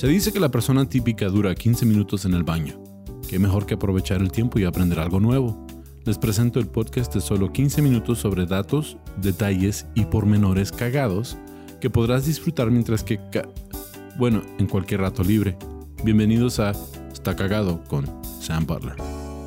Se dice que la persona típica dura 15 minutos en el baño. Qué mejor que aprovechar el tiempo y aprender algo nuevo. Les presento el podcast de solo 15 minutos sobre datos, detalles y pormenores cagados que podrás disfrutar mientras que... en cualquier rato libre. Bienvenidos a Está Cagado con Sam Butler.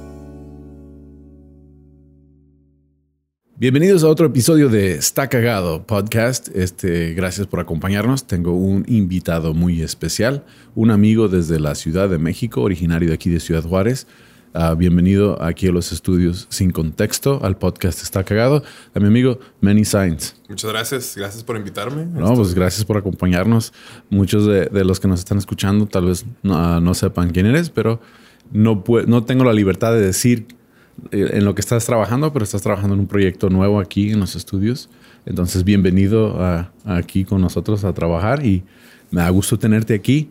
Bienvenidos a otro episodio de Está Cagado Podcast. Gracias por acompañarnos. Tengo un invitado muy especial, un amigo desde la Ciudad de México, originario de aquí de Ciudad Juárez. Bienvenido aquí a los estudios Sin Contexto, al podcast Está Cagado, a mi amigo Manny Sainz. Muchas gracias. Gracias por invitarme. No, pues gracias por acompañarnos. Muchos de los que nos están escuchando tal vez no sepan quién eres, pero no tengo la libertad de decir en lo que estás trabajando, pero estás trabajando en un proyecto nuevo aquí en los estudios. Entonces, bienvenido aquí con nosotros a trabajar y me da gusto tenerte aquí.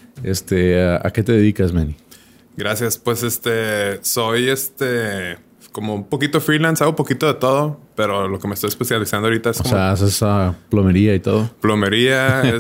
¿A qué te dedicas, Manny? Gracias. Pues soy como un poquito freelance, hago un poquito de todo, pero lo que me estoy especializando ahorita es como... O sea, haces plomería y todo. Plomería,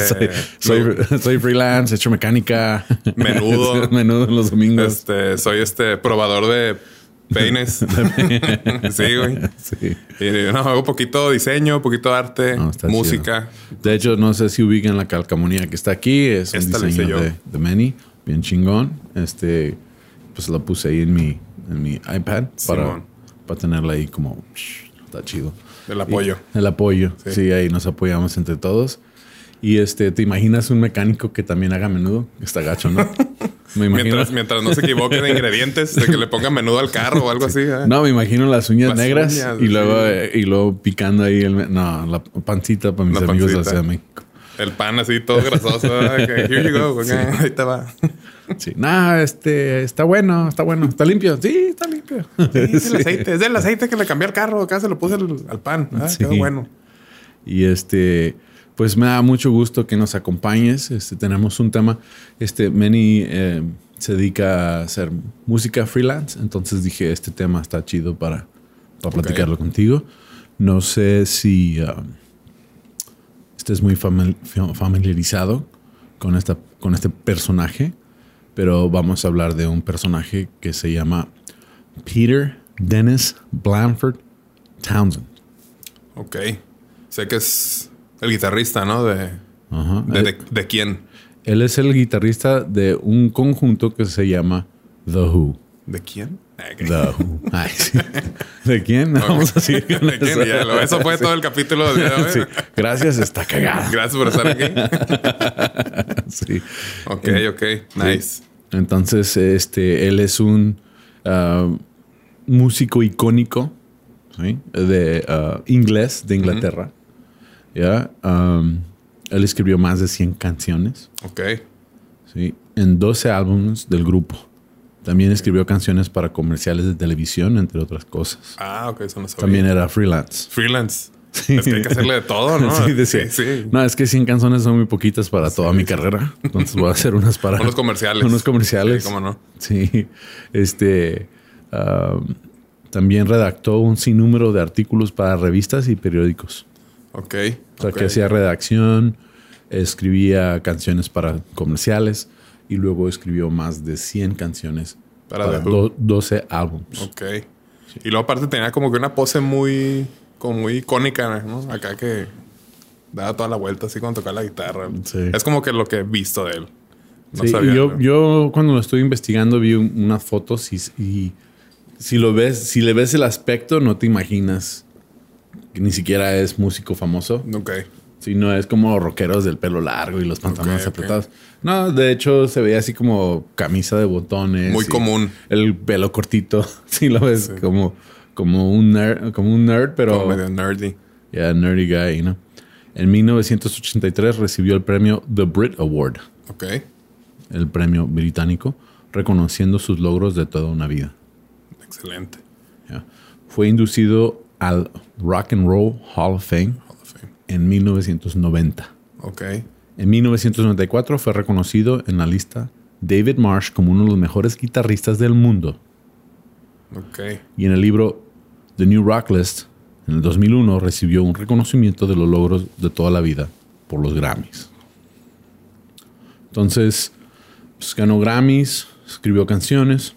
soy freelance, he hecho mecánica. Menudo. Menudo en los domingos. Soy probador de peines. Sí, güey. Sí. Y hago poquito diseño, poquito arte, música. Chido. De hecho, no sé si ubican la calcamonía que está aquí. Es un diseño de Manny. Bien chingón. Pues la puse ahí en mi iPad para tenerla ahí como... Está chido. El apoyo. El apoyo. Sí, ahí nos apoyamos entre todos. Y ¿te imaginas un mecánico que también haga menudo? Está gacho, ¿no? Me imagino... mientras no se equivoquen de ingredientes, de que le pongan menudo al carro o algo así. No, me imino las uñas negras y luego picando ahí la pancita para mis amigos de Ciudad de México. El pan así todo grasoso. Here you go. Ahí te va. Sí. Está bueno. ¿Está limpio? Sí, está limpio. Sí, es el aceite. Es del aceite que le cambié al carro. Acá se lo puse al pan. Sí. Quedó bueno. Y pues me da mucho gusto que nos acompañes. Tenemos un tema. Manny se dedica a hacer música freelance. Entonces dije, este tema está chido para platicarlo contigo. No sé si estés muy familiarizado con este personaje, pero vamos a hablar de un personaje que se llama Peter Dennis Blanford Townsend. Ok. Sé que es el guitarrista, ¿no? ¿De quién? Él es el guitarrista de un conjunto que se llama The Who. ¿De quién? The Who. Ay, sí. ¿De quién? Vamos a seguir con ¿De quién? Eso fue todo el capítulo del día de hoy. Sí. Gracias, está cagado. Gracias por estar aquí. Sí. Ok. Nice. Sí. Entonces, él es un músico icónico, ¿sí? De inglés, de Inglaterra. ¿Ya? Él escribió más de 100 canciones. Ok. Sí, en 12 álbumes del grupo. También escribió canciones para comerciales de televisión, entre otras cosas. Ok, eso no sabía. También era freelance. Sí. Es que hay que hacerle de todo, ¿no? Sí, decía. Sí. No, es que 100 canciones son muy poquitas para toda mi carrera. Entonces voy a hacer unas para... Unos comerciales. Sí, cómo no. Sí. También redactó un sinnúmero de artículos para revistas y periódicos. Ok. O sea, que hacía redacción, escribía canciones para comerciales y luego escribió más de 100 canciones para 12 álbumes. Ok. Sí. Y luego aparte tenía como que una pose muy icónica, ¿no? Acá que daba toda la vuelta así cuando tocaba la guitarra. Sí. Es como que lo que he visto de él. No sabía, yo cuando lo estoy investigando vi unas fotos y si le ves el aspecto no te imaginas que ni siquiera es músico famoso. Ok. Sí, no es como rockeros del pelo largo y los pantalones apretados. No, de hecho se veía así como camisa de botones. Muy común. El pelo cortito. Sí, lo ves como un nerd, pero... Como medio nerdy. Yeah, nerdy guy, ¿no? En 1983 recibió el premio The Brit Award. Ok. El premio británico, reconociendo sus logros de toda una vida. Excelente. Yeah. Fue inducido al Rock and Roll Hall of Fame en 1990. Ok. En 1994 fue reconocido en la lista David Marsh como uno de los mejores guitarristas del mundo. Ok. Y en el libro The New Rock List, en el 2001, recibió un reconocimiento de los logros de toda la vida por los Grammys. Entonces, pues ganó Grammys, escribió canciones.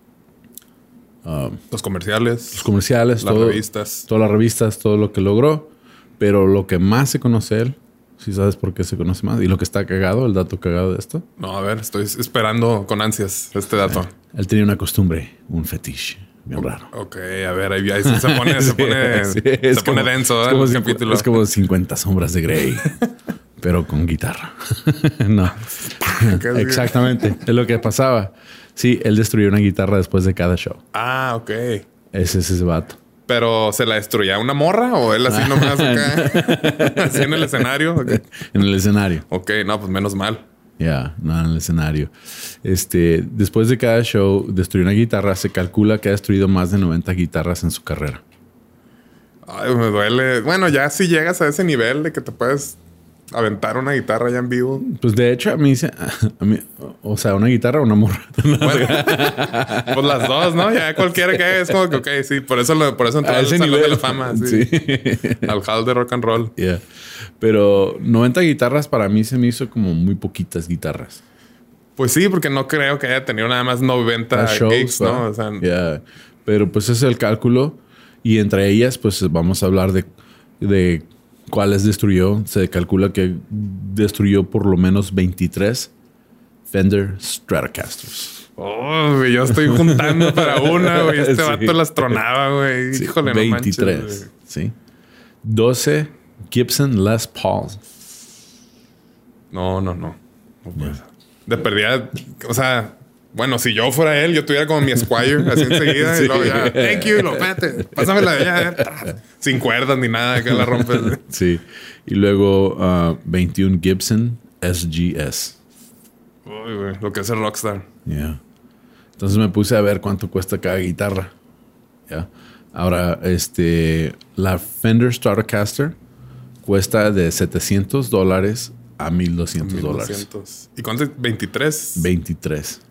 Los comerciales. Las revistas. Todas las revistas, todo lo que logró. Pero lo que más se conoce él, si sabes por qué se conoce más, y lo que está cagado, el dato cagado de esto. No, a ver, estoy esperando con ansias este dato. Él tenía una costumbre, un fetiche. Bien raro. Ok, a ver, ahí se pone denso el capítulo. Es como 50 sombras de Grey, pero con guitarra. No. Exactamente. Es lo que pasaba. Sí, él destruyó una guitarra después de cada show. Ah, ok. Ese es ese vato. ¿Pero se la destruía una morra o él así nomás acá? ¿Así en el escenario? Okay. En el escenario. Ok, no, pues menos mal. Ya, no, en el escenario. Después de cada show, destruyó una guitarra. Se calcula que ha destruido más de 90 guitarras en su carrera. Ay, me duele. Bueno, ya si llegas a ese nivel de que te puedes aventar una guitarra ya en vivo. Pues de hecho, a mí, o sea, una guitarra o una morra. Bueno, pues las dos, ¿no? Ya cualquiera que haga es como que, ok, sí, por eso entró al Salón de la Fama. Sí. Al Hall de Rock and Roll. Yeah. Pero 90 guitarras para mí se me hizo como muy poquitas guitarras. Pues sí, porque no creo que haya tenido nada más 90 gigs, ¿no? O sea, yeah. Pero pues ese es el cálculo. Y entre ellas, pues vamos a hablar de cuáles destruyó. Se calcula que destruyó por lo menos 23 Fender Stratocasters. Oh, yo estoy juntando para una, güey. Este vato las tronaba, güey. Sí, híjole, 23, no manches, sí. 12 Gibson Les Paul. No puede. De perdida, o sea, bueno, si yo fuera él, yo tuviera como mi Squire así enseguida. Sí. Y luego ya, thank you, y lo espérate, pásamela ya. Sin cuerdas ni nada, que la rompes. Sí. Y luego 21 Gibson SGS. Uy, güey, lo que es el Rockstar. Yeah. Entonces me puse a ver cuánto cuesta cada guitarra. Yeah. Ahora, la Fender Stratocaster cuesta de $700 a $1,200. ¿Y cuánto? ¿23? 23.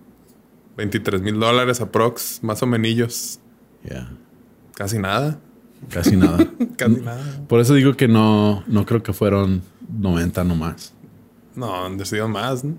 $23,000 aprox, más o menos. Yeah. Casi nada. Casi nada. Casi nada. Por eso digo que no creo que fueron 90 nomás. No, han decidido más, ¿no?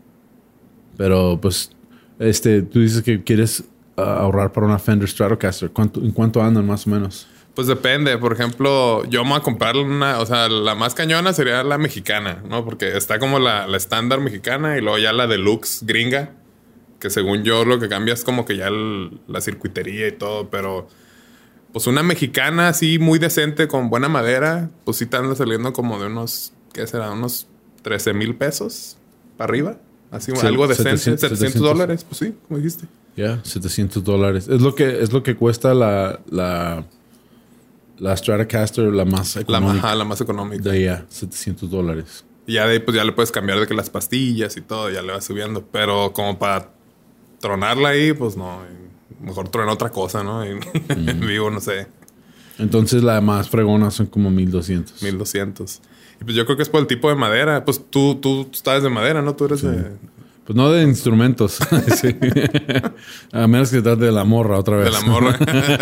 Pero pues, tú dices que quieres ahorrar para una Fender Stratocaster. ¿En cuánto andan más o menos? Pues depende. Por ejemplo, yo me voy a comprar o sea, la más cañona sería la mexicana, ¿no? Porque está como la estándar mexicana y luego ya la deluxe gringa, que según yo lo que cambia es como que ya la circuitería y todo, pero pues una mexicana así muy decente con buena madera, pues sí te anda saliendo como de unos, ¿qué será? Unos 13,000 pesos para arriba. Así sí, algo decente. $700, pues sí, como dijiste. Ya, $700. Es lo que cuesta la Stratocaster, la más económica. La más económica. De ya, $700. Y ya de ahí, pues ya le puedes cambiar de que las pastillas y todo, ya le vas subiendo. Pero como para tronarla ahí, pues no. Mejor tronar otra cosa, ¿no? En vivo, no sé. Entonces la más fregona son como 1,200. 1,200. Y pues yo creo que es por el tipo de madera. Pues tú estás de madera, ¿no? Tú eres de... Pues no de instrumentos. Sí. A menos que trate de la morra otra vez. De la morra.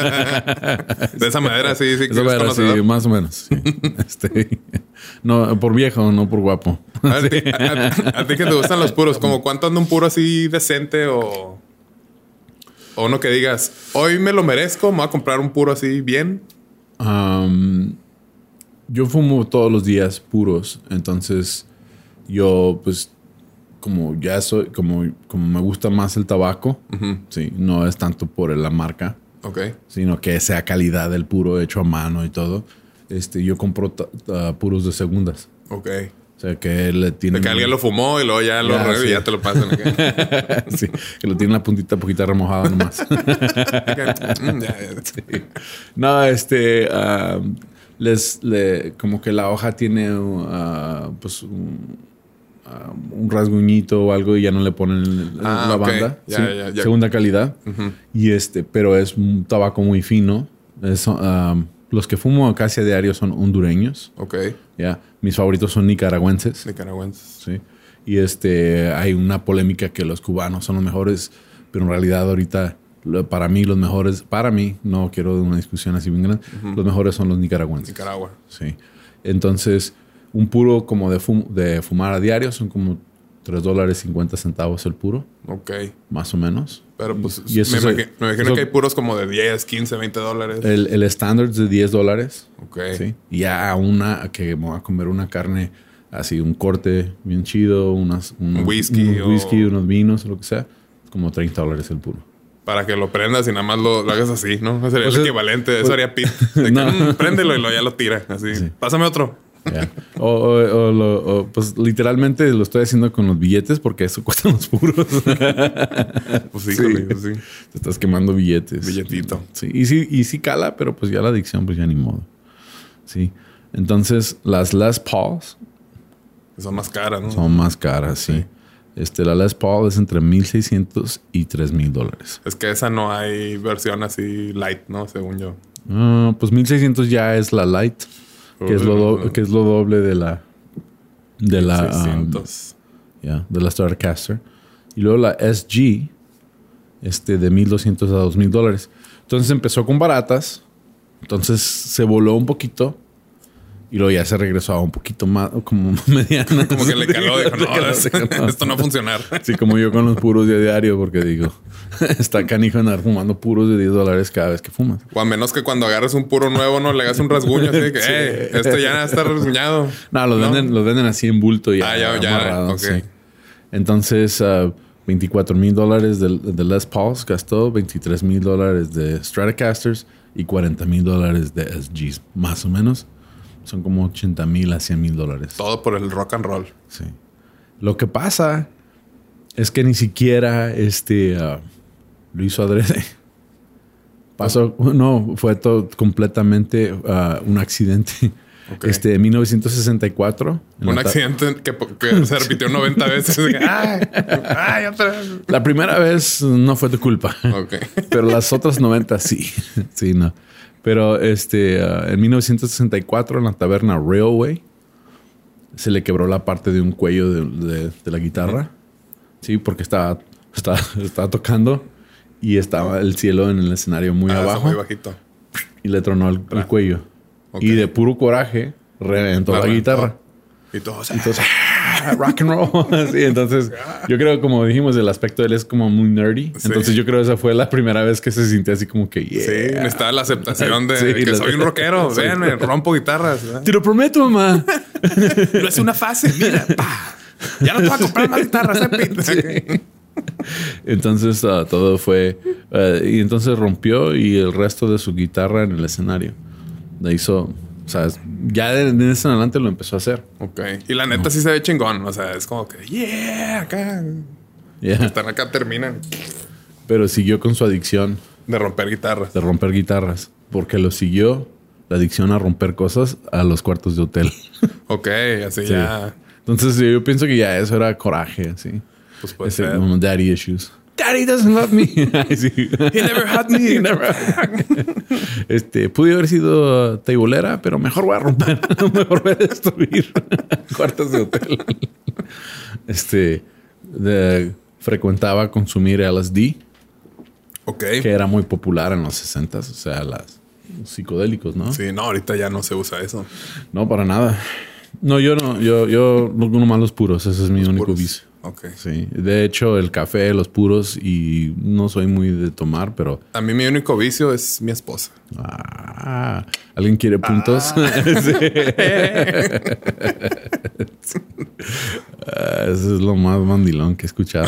De esa madera, sí. Esa madera, sí, más o menos. Sí. No, por viejo, no por guapo. A ti que te gustan los puros, ¿como cuánto anda un puro así decente o uno que digas, hoy me lo merezco, me voy a comprar un puro así bien? Yo fumo todos los días puros. Entonces, yo pues... Como ya soy, como me gusta más el tabaco, sí, no es tanto por la marca, sino que sea calidad del puro hecho a mano y todo. Yo compro puros de segundas. Ok. O sea, que le tienen... De que alguien lo fumó y luego ya lo y ya te lo pasan. Sí, que lo tiene la puntita poquita remojada nomás. Sí. No, como que la hoja tiene pues un rasguñito o algo y ya no le ponen la banda. Ya. Segunda calidad. Y pero es un tabaco muy fino. Los que fumo casi a diario son hondureños. Ok. Ya. Mis favoritos son nicaragüenses. Sí. Y hay una polémica que los cubanos son los mejores, pero en realidad ahorita para mí los mejores, no quiero una discusión así bien grande, los mejores son los nicaragüenses. Nicaragua. Sí. Entonces, un puro como de fumar a diario son como $3.50 el puro. Ok. Más o menos. Pero pues Y eso me imagino que hay puros como de 10, 15, $20. El estándar es de $10. Ok. ¿Sí? Y ya una que me voy a comer una carne así, un corte bien chido, un whisky, unos vinos o lo que sea, como $30 el puro. Para que lo prendas y nada más lo hagas así, ¿no? Sería Pues el equivalente. Eso haría Pete. Préndelo y ya lo tira. Así. Sí. Pásame otro. Yeah. Pues literalmente lo estoy haciendo con los billetes porque eso cuestan los puros. Pues sí, conmigo, sí. Te estás quemando billetes. Billetito. Sí, y sí cala, pero pues ya la adicción, pues ya ni modo. Sí. Entonces, las Les Pauls son más caras, ¿no? Son más caras, sí. La Les Paul es entre $1,600 y $3,000. Es que esa no hay versión así light, ¿no? Según yo. Pues $1,600 ya es la light. Que es lo doble de la 600. De la Stratocaster. Y luego la SG de $1,200 a $2,000. Entonces empezó con baratas. Entonces se voló un poquito. Y luego ya se regresó a un poquito más, como mediana. Como que le caló. Dijo, no, esto no va a funcionar. Sí, como yo con los puros de diario. Porque digo, está canijo andar fumando puros de $10 cada vez que fumas. O a menos que cuando agarres un puro nuevo, no le hagas un rasguño. Así que, sí. Esto ya está rasguñado. No, los venden así en bulto ya. Ya. Amarrado, Okay. Sí. Entonces, $24,000 de Les Pauls gastó, $23,000 de Stratocasters y $40,000 de SGs, más o menos. Son como $80,000 a $100,000. Todo por el rock and roll. Sí. Lo que pasa es que ni siquiera lo hizo adrede. Fue todo completamente un accidente. Okay. En 1964. Un accidente que se repitió 90 veces. ¡Ay, otra vez! La primera vez no fue tu culpa. Okay. Pero las otras 90 sí. Sí, no. Pero en 1964 en la taberna Railway se le quebró la parte de un cuello de la guitarra. Sí, porque estaba tocando y estaba el cielo en el escenario muy abajo. Muy bajito. Y le tronó el cuello. Okay. Y de puro coraje reventó la guitarra. Y todos rock and roll. Sí, entonces yo creo, como dijimos, el aspecto de él es como muy nerdy. Sí. Entonces yo creo que esa fue la primera vez que se sintió así como que yeah. Sí, necesitaba la aceptación de que soy un rockero. Véanme, rompo guitarras. Te lo prometo, mamá. No es una fase. Mira, ya no te voy a comprar más guitarras, Sí. Entonces todo fue... y entonces rompió y el resto de su guitarra en el escenario. La hizo... O sea, ya de ese en adelante lo empezó a hacer. Ok. Y la neta sí se ve chingón. O sea, es como que... acá. Están acá, terminan. Pero siguió con su adicción. De romper guitarras. Porque lo siguió la adicción a romper cosas a los cuartos de hotel. Ok, así sí. Ya. Entonces yo pienso que ya eso era coraje, así. Pues puede ser. Como daddy issues. Daddy doesn't love me. Sí. He never had me. Pude haber sido tabulera, pero mejor voy a romper. Mejor voy a destruir cuartos de hotel. Frecuentaba consumir LSD. Ok. Que era muy popular en los 60s. O sea, los psicodélicos, ¿no? Sí, no, ahorita ya no se usa eso. No, para nada. No, yo no. Yo nomás los puros. Ese es mi único vicio. Ok. Sí. De hecho, el café, los puros, y no soy muy de tomar, pero... A mí mi único vicio es mi esposa. ¿Alguien quiere puntos? Sí. Eso es lo más mandilón que he escuchado.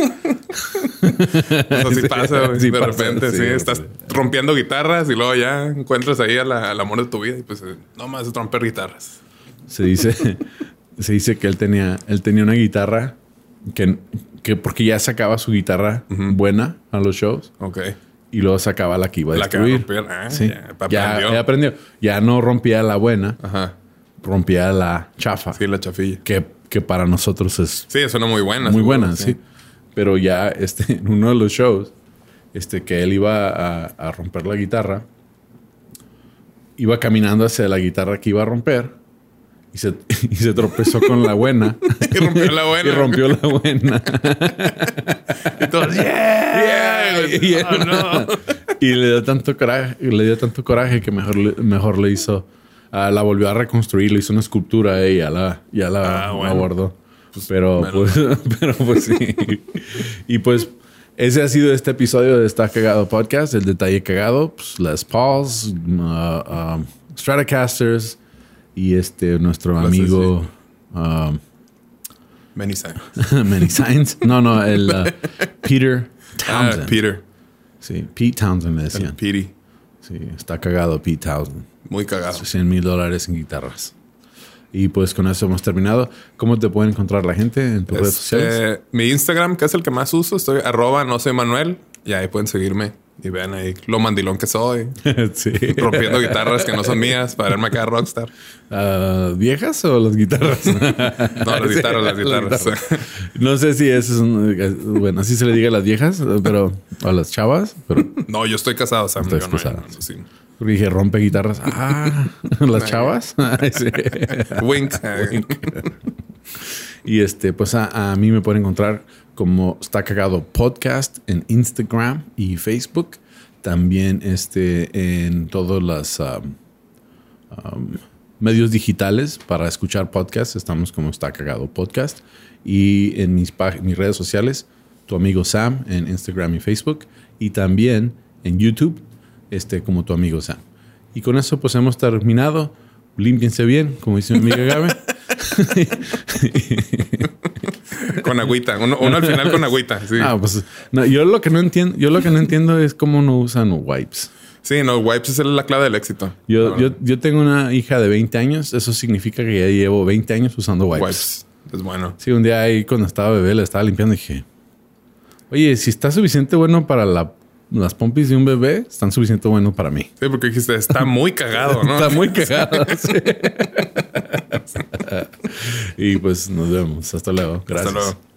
Pues así pasa, güey. Sí de pasa, repente, sí. Estás rompiendo guitarras y luego ya encuentras ahí al amor de tu vida y pues no más es romper guitarras. Se dice que él tenía una guitarra que porque ya sacaba su guitarra buena a los shows. Ok. Y luego sacaba la que iba a destruir. Sí. Ya aprendió. Ya no rompía la buena. Ajá. Rompía la chafa. Sí, la chafilla. Que para nosotros es... Sí, suena muy buena. Muy buena, sí. Pero ya en uno de los shows, que él iba a romper la guitarra, iba caminando hacia la guitarra que iba a romper y se tropezó con la buena. Y rompió la buena. Y rompió la buena. Y todos, oh, no. Y le dio tanto coraje que mejor le hizo... la volvió a reconstruir, le hizo una escultura y ya la guardó. Pero pues sí. Y pues ese ha sido este episodio de Está Cagado Podcast. El detalle cagado, pues Les Pauls, Stratocasters y nuestro amigo Many Signs. Many Signs. No, el Peter Townsend. Peter. Sí, Pete Townsend me decían. Petey. Sí, está cagado Pete Townsend. Muy cagado. $100,000 en guitarras. Y pues con eso hemos terminado. ¿Cómo te puede encontrar la gente en tus redes sociales? Mi Instagram, que es el que más uso, estoy @nosoymanuel. Y ahí pueden seguirme y vean ahí lo mandilón que soy. Sí. Rompiendo guitarras que no son mías para verme acá rockstar. ¿Viejas o las guitarras? No, las guitarras. No sé si eso es bueno, así se le diga a las viejas, pero a las chavas. Pero no, yo estoy casado, Sam. Estás casado. No, sí. Porque dije, rompe guitarras. Las chavas. Sí. Wink. Y pues a mí me pueden encontrar como Está Cagado Podcast en Instagram y Facebook. También en todos los medios digitales para escuchar podcasts. Estamos como Está Cagado Podcast. Y en mis redes sociales, tu amigo Sam en Instagram y Facebook. Y también en YouTube, como tu amigo Sam. Y con eso pues hemos terminado. Límpiense bien, como dice mi amiga Gabe. Con agüita. Uno al final con agüita. Sí. Pues no, yo lo que no entiendo es cómo no usan wipes. Sí, no, wipes es la clave del éxito. Yo tengo una hija de 20 años. Eso significa que ya llevo 20 años usando wipes. Es bueno. Sí, un día ahí cuando estaba bebé le estaba limpiando y dije, oye, si está suficiente bueno para las pompis de un bebé, están suficiente bueno para mí. Sí, porque dijiste, está muy cagado, ¿no? Está muy cagado, sí. Y pues nos vemos. Hasta luego. Gracias. Hasta luego.